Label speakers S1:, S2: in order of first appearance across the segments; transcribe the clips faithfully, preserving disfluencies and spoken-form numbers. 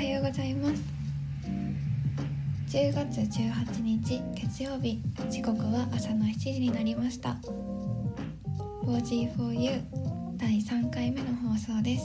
S1: はようございます。じゅうがつじゅうはちにち月曜日、時刻は朝のしちじになりました。 フォージーフォーユー だいさんかいめの放送です。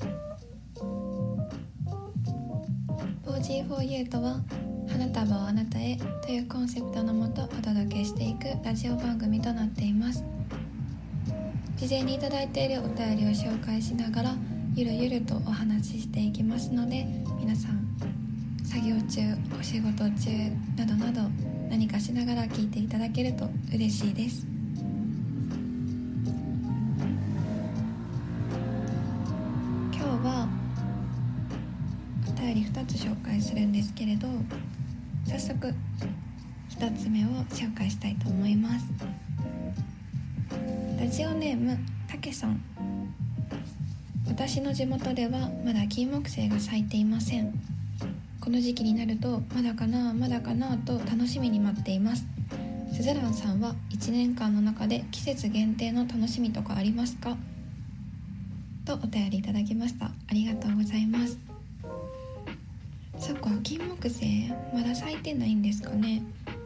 S1: フォージーフォーユー とは花束をあなたへというコンセプトのもとお届けしていくラジオ番組となっています。事前にいただいているお便りを紹介しながらゆるゆるとお話ししていきますので、皆さん作業中、お仕事中などなど何かしながら聞いていただけると嬉しいです。今日はお便りふたつ紹介するんですけれど、早速ひとつめを紹介したいと思います。ラジオネームたけさん。私の地元ではまだ金木犀が咲いていません。この時期になるとまだかなまだかなと楽しみに待っています。すずらんさんはいちねんかんの中で季節限定の楽しみとかありますか？とお便りいただきました。ありがとうございます。そっか、金木犀まだ咲いてないんですかね。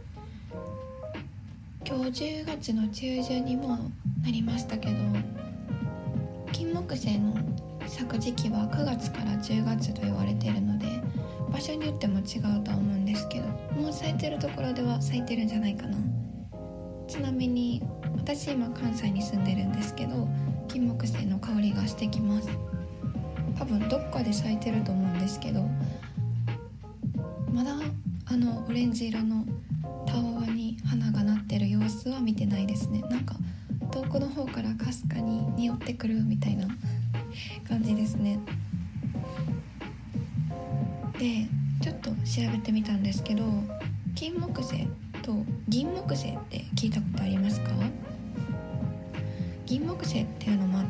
S1: 今日じゅうがつの中旬にもなりましたけど、金木犀の咲く時期はくがつからじゅうがつと言われているので、場所によっても違うとは思うんですけど、もう咲いてるところでは咲いてるんじゃないかな。ちなみに私今関西に住んでるんですけど、金木犀の香りがしてきます。多分どっかで咲いてると思うんですけど、まだあのオレンジ色のたわわに花がなってる様子は見てないですね。なんか遠くの方からかすかに匂ってくるみたいな感じですね。で、ちょっと調べてみたんですけど、金木犀と銀木犀って聞いたことありますか？銀木犀っていうのもあって、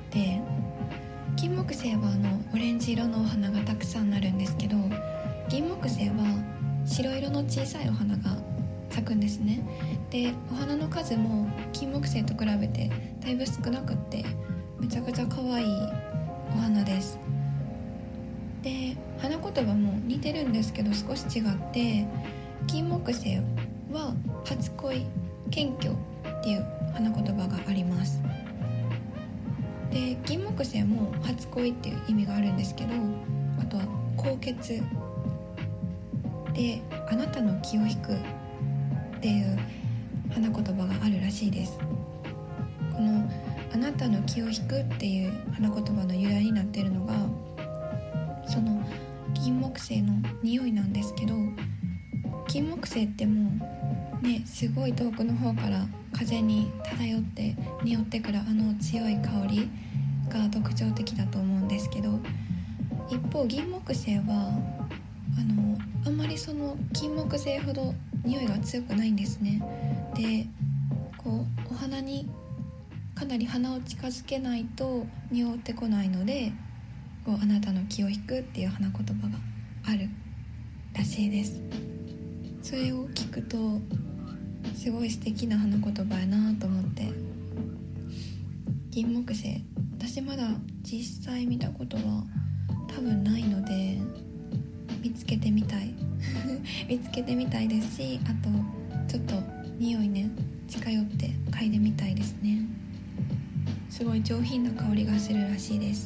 S1: 金木犀はあのオレンジ色のお花がたくさんなるんですけど、銀木犀は白色の小さいお花が咲くんですね。で、お花の数も金木犀と比べてだいぶ少なくって、めちゃくちゃ可愛いお花です。で、花言葉も似てるんですけど少し違って、金木犀は初恋、謙虚っていう花言葉があります。で、銀木犀も初恋っていう意味があるんですけど、あとは高潔であなたの気を引くっていう花言葉があるらしいです。このあなたの気を引くっていう花言葉の由来になっているのが、その金木犀の匂いなんですけど、金木犀ってもうね、すごい遠くの方から風に漂って匂ってくるあの強い香りが特徴的だと思うんですけど、一方銀木犀はあのあんまりその金木犀ほど匂いが強くないんですね。で、こうお花にかなり鼻を近づけないと匂ってこないので、こうあなたの気を引くっていう花言葉があるらしいです。それを聞くとすごい素敵な花言葉やなと思って、銀木犀私まだ実際見たことは多分ないので見つけてみたい見つけてみたいですし、あとちょっと匂いね、近寄って嗅いでみたいですね。すごい上品な香りがするらしいです。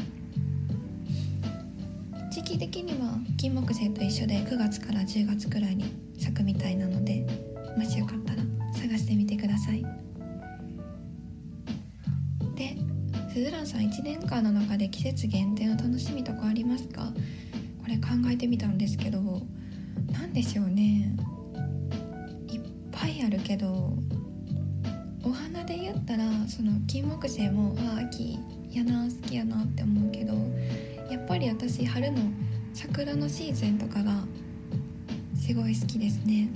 S1: 時期的には金木犀と一緒でくがつからじゅうがつくらいに咲くみたいなので、もしよかったら探してみてください。で、すずらんさんいちねんかんの中で季節限定の楽しみとかありますか？これ考えてみたんですけど、なんでしょうね。いっぱいあるけど、お花で言ったらその金木犀もあ秋やな、好きやなって思うけど、やっぱり私春の桜のシーズンとかがすごい好きですね。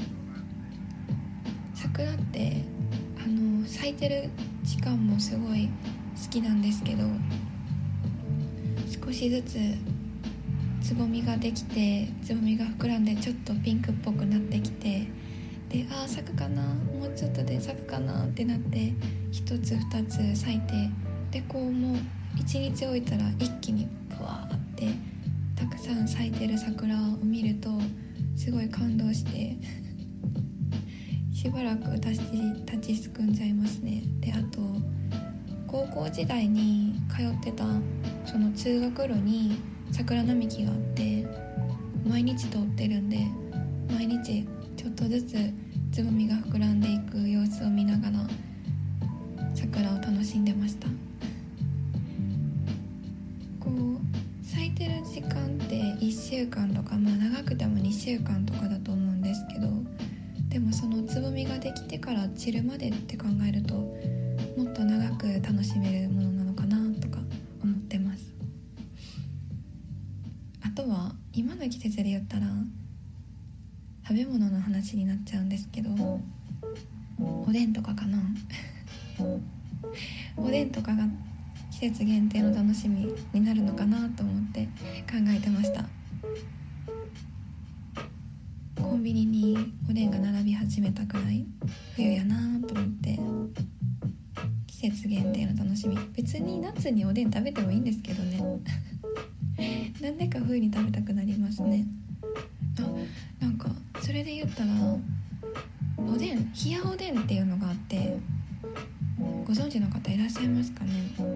S1: 桜ってあの咲いてる時間もすごい好きなんですけど、少しずつつぼみができて、つぼみが膨らんでちょっとピンクっぽくなってきて、で、あー咲くかな、もうちょっとで咲くかなってなって一つ二つ咲いて、でこうもう一日置いたら一気にブワーってたくさん咲いてる桜を見るとすごい感動してしばらく立ち、立ちすくんじゃいますね。で、あと高校時代に通ってたその通学路に桜並木があって毎日通ってるんで、毎日ちょっとずつつぼみが膨らんでいく様子を見ながら桜を楽しんでました。こう咲いてる時間っていっしゅうかんとか、まあ長くてもにしゅうかんとかだと思うんですけど、でもそのつぼみができてから散るまでって考えるともっと長く楽しめるものなのかなとか思ってます。あとは今の季節で言ったら食べ物の話になっちゃうんですけど、おでんとかかなおでんとかが季節限定の楽しみになるのかなと思って考えてました。コンビニにおでんが並び始めたくらい冬やなと思って、季節限定の楽しみ、別に夏におでん食べてもいいんですけどねなんでか冬に食べたくなりますね。あ、なんかそれで言ったらおでん、冷やおでんっていうのがあって、ご存知の方いらっしゃいますかね。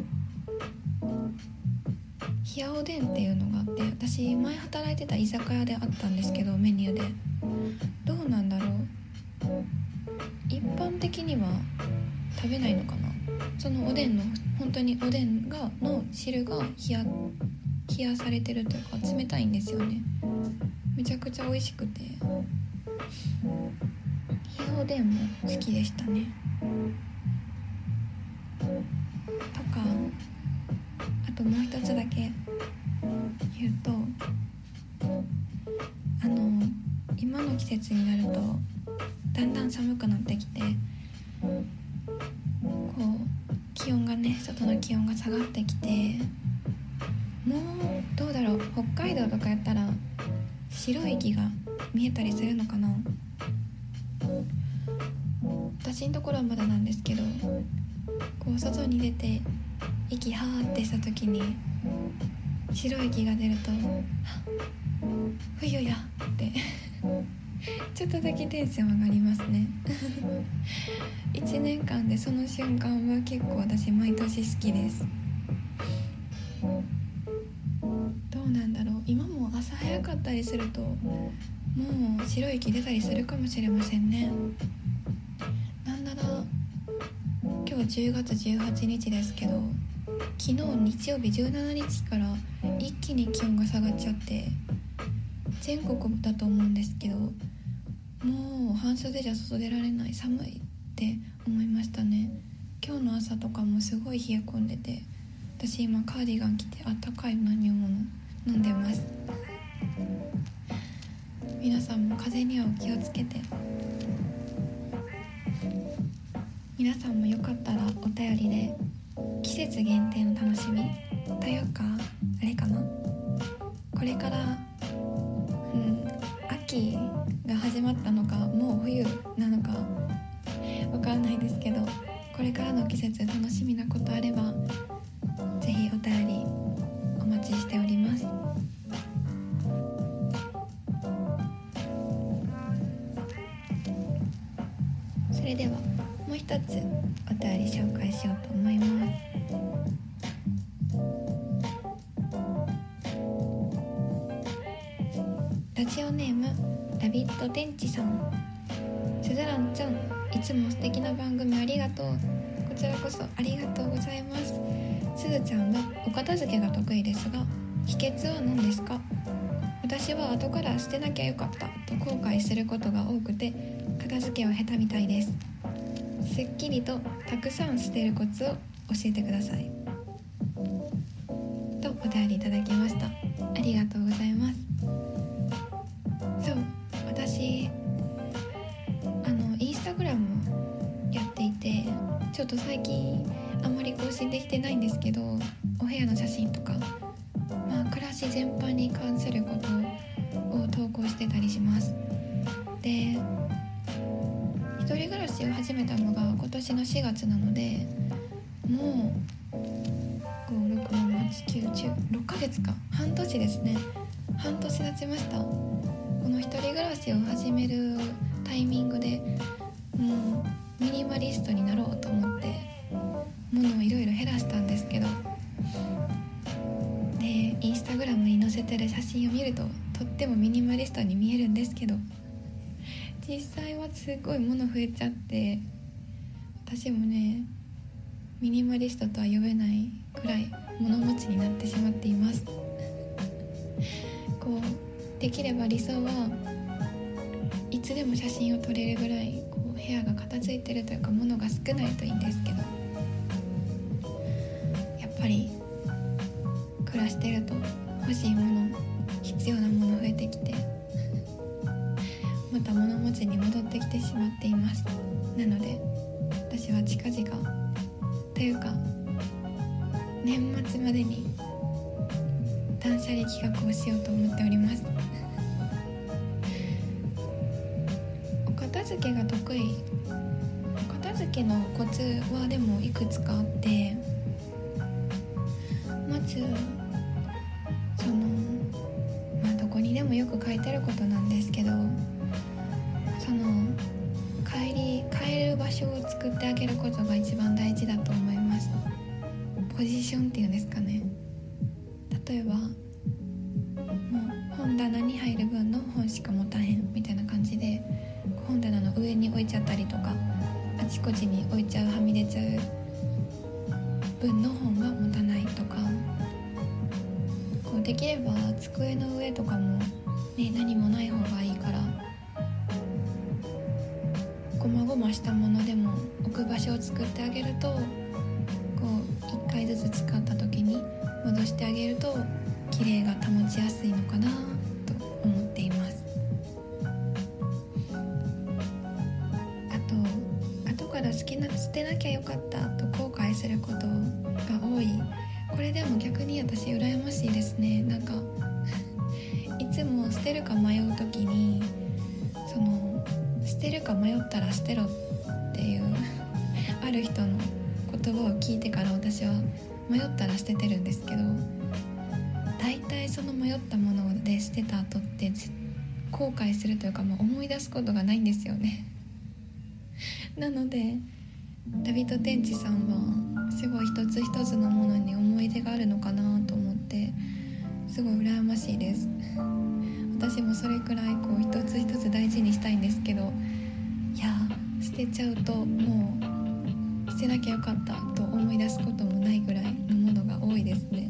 S1: 冷やおでんっていうのがあって、私前働いてた居酒屋であったんですけど、メニューでどうなんだろう、一般的には食べないのかな。そのおでんの本当におでんがの汁が冷や冷やされてるというか冷たいんですよね。めちゃくちゃ美味しくて、冷やおでんも好きでしたね。とか、あともう一つだけ言うと、あの今の季節になるとだんだん寒くなってきて、こう気温がね、外の気温が下がってきて、もうどうだろう、北海道とかやったら白い息が見えたりするのかな。私のところはまだなんですけど、こう外に出て息はーってした時に白い息が出ると冬やってちょっとだけテンション上がりますねいちねんかんでその瞬間は結構私毎年好きです。どうなんだろう、今も朝早かったりするともう白い息出たりするかもしれませんね。なんなら今日じゅうがつじゅうはちにちですけど、昨日日曜日じゅうしちにちから一気に気温が下がっちゃって、全国だと思うんですけど、もう半袖じゃ外出られない、寒いって思いましたね。今日の朝とかもすごい冷え込んでて、私今カーディガン着てあったかい飲み物飲んでます。皆さんも風邪にはお気をつけて、皆さんもよかったらお便りで季節限定の楽しみというか、あれかな、これから、うん、秋が始まったのかもう冬なのかわかんないですけど、これからの季節楽しみなことあればぜひお便りお待ちしております。それではもう一つお便り紹介しようと思います。ラジオネームラビット電池さん。すずらんちゃん、いつも素敵な番組ありがとう。こちらこそありがとうございます。すずちゃんはお片付けが得意ですが、秘訣は何ですか？私は後から捨てなきゃよかったと後悔することが多くて、片付けは下手みたいです。すっきりとたくさん捨てるコツを教えてくださいとお便りいただきました。ありがとうございます。そう、私あのインスタグラムやっていて、ちょっと最近あんまり更新できてないんですけど、お部屋の写真とか、まあ、暮らし全般に関することを投稿してたりします。で、一人暮らしを始めたのが今年のしがつなので、もうご、ろく、なな、はち、きゅう、じゅう、ろっかげつか、半年ですね。 半年経ちました。この一人暮らしを始めるタイミングでもうミニマリストになろうと思って物をいろいろ減らしたんですけど、でインスタグラムに載せてる写真を見るととってもミニマリストに見えるんですけど、実際はすごい物増えちゃって、私もねミニマリストとは呼べないくらい物持ちになってしまっています。こうできれば理想はいつでも写真を撮れるぐらいこう部屋が片付いてるというか物が少ないといいんですけど、やっぱり暮らしてると欲しいもの必要なもの増えてきてまた物持ちに戻ってきてしまっています。なので私は近々というか年末までに断捨離企画をしようと思っております。お片付けが得意、お片付けのコツはでもいくつかあって、まずそのまあどこにでもよく書いてることなんですけど、その帰り帰れる場所を作ってあげることが一番大事だと思います。ポジションっていうんですかね。例えばもう本棚に入る分の本しか持たへんみたいな感じで本棚の上に置いちゃったりとか、あちこちに置いちゃうはみ出ちゃう分の本は持たないとか、こうできれば机の上とかも、ね、何もない方がいいからごまごましたものでも置く場所を作ってあげると、こういっかいずつ使った時に戻してあげると綺麗が保ちやすいのかなと思っています。あと後から好きな捨てなきゃよかったと後悔することが多い。これでも逆に私羨ましいですね。なんかいつも捨てるか迷う時にその捨てるか迷ったら捨てろっていうある人の言葉を聞いてから私は迷ったら捨ててるんですけど、大体その迷ったもので捨てた後って後悔するというか、もう思い出すことがないんですよねなのでダビッド天智さんはすごい一つ一つのものに思い出があるのかなと思ってすごい羨ましいです。私もそれくらいこう一つ一つ大事にしたいんですけど、いや捨てちゃうともう捨てなきゃよかったと思い出すこともないぐらいのものが多いですね。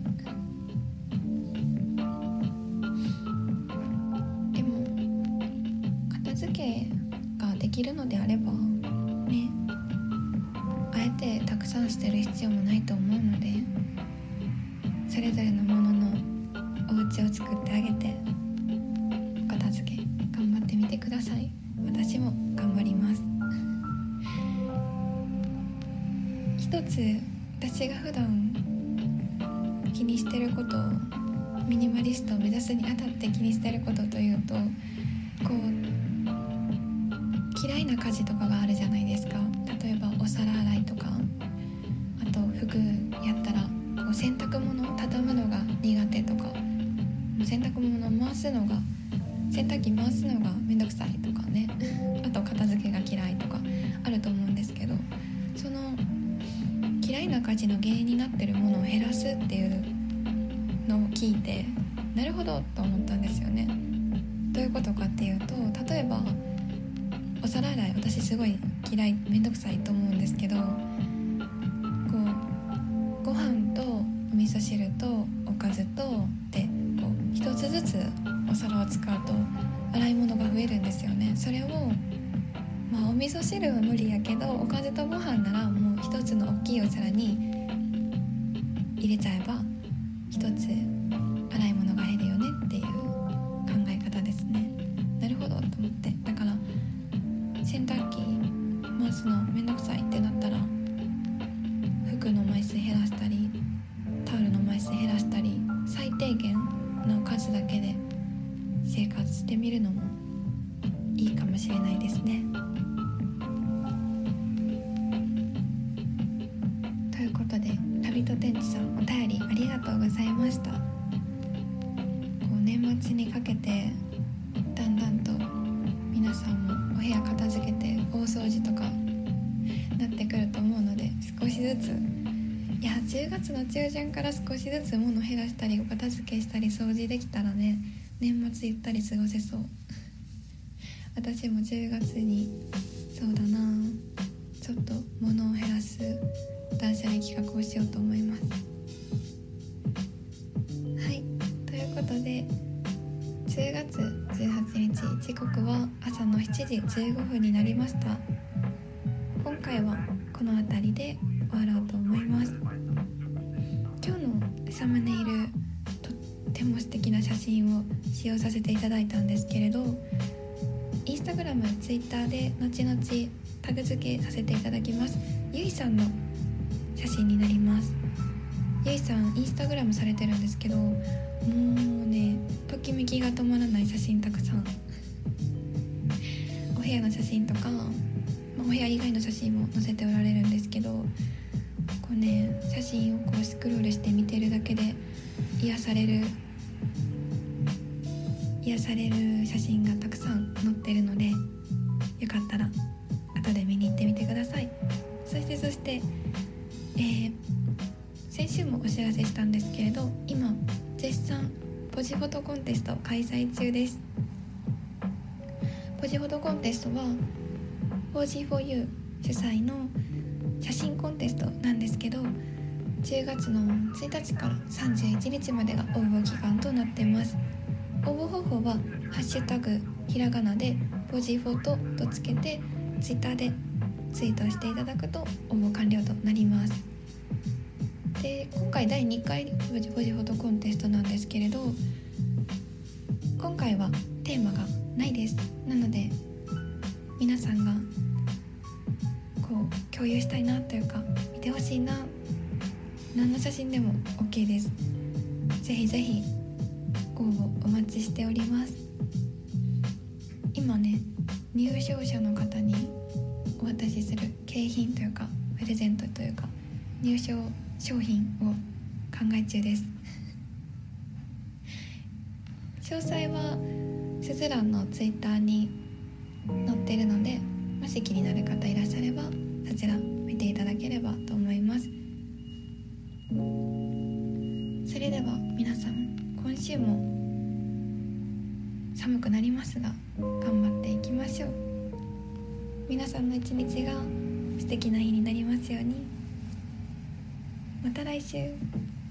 S1: でも片付けができるのであればね、あえてたくさん捨てる必要もないと思うので、それぞれのもののお家を作ってあげてお片付け頑張ってみてください。私も頑張ります。一つ私が普段気にしてることを、ミニマリストを目指すにあたって気にしてることというと、こう嫌いな家事とかがあるじゃないですか。例えばお皿洗いとか、あと服やったらこう洗濯物を畳むのが苦手とか、洗濯物を回すのが洗濯機回すのがめんどくさいとかねあと片付けが嫌いとかあると思うんですけど、その嫌いな家事の原因になってるものを減らすっていうのを聞いて、なるほどと思ったんですよね。どういうことかっていうと、例えばお皿洗い私すごい嫌いめんどくさいと思うんですけど、こうご飯とお味噌汁とおかずとでこう一つずつお皿を使うと洗い物が増えるんですよね。それをまあお味噌汁は無理やけどおかずとご飯ならもう一つの大きいお皿に入れちゃえば一つ洗い物が減るよねっていう考え方ですね。なるほどと思って、だから洗濯機回すのめんどくさいってなったら服の枚数減らしたりタオルの枚数減らしたり最低限の数だけで生活してみるのもいいかもしれないですね。ということでダビッド天智さんお便りありがとうございました。こう年末にかけてだんだんと皆さんもお部屋片付けて大掃除とかなってくると思うので、少しずつ、いやじゅうがつの中旬から少しずつ物減らしたりお片付けしたり掃除できたらね、年末ゆったり過ごせそう。私もじゅうがつにそうだな、ちょっと物を減らす断捨離企画をしようと思います。はい、ということでじゅうがつじゅうはちにち、時刻は朝のしちじじゅうごふんになりました。今回はこの辺りで終わろうと思います。今日のサムネイル、とっても素敵な写真を使用させていただいたんですけれど、インスタグラム、ツイッターで後々タグ付けさせていただきます。ゆいさんの写真になります。ゆいさんインスタグラムされてるんですけど、もうね、ときめきが止まらない写真たくさん、お部屋の写真とか、まあ、お部屋以外の写真も載せておられるんですけど、こうね、写真をこうスクロールして見てるだけで癒される癒される写真がたくさん載ってるので、よかったら後で見に行ってみてください。そしてそして、えー、先週もお知らせしたんですけれど、今絶賛ポジフォトコンテスト開催中です。ポジフォトコンテストは フォージーフォーユー 主催の写真コンテストなんですけど、じゅうがつのついたちからさんじゅういちにちまでが応募期間となっています。応募方法はハッシュタグひらがなでポジフォトとつけてツイッターでツイートしていただくと応募完了となります。で、今回だいにかいポジフォトコンテストなんですけれど、今回はテーマがないです。なので皆さんがこう共有したいなというか見てほしいな、何の写真でも OK です。ぜひぜひご応募お待ちしております。今ね、入賞者の方にお渡しする景品というかプレゼントというか入賞商品を考え中です。詳細はすずらんのツイッターに載っているので、もし気になる方いらっしゃればそちら見ていただければと思います。それでは皆さん、今週も寒くなりますが頑張っていきましょう。皆さんの一日が素敵な日になりますように。また来週。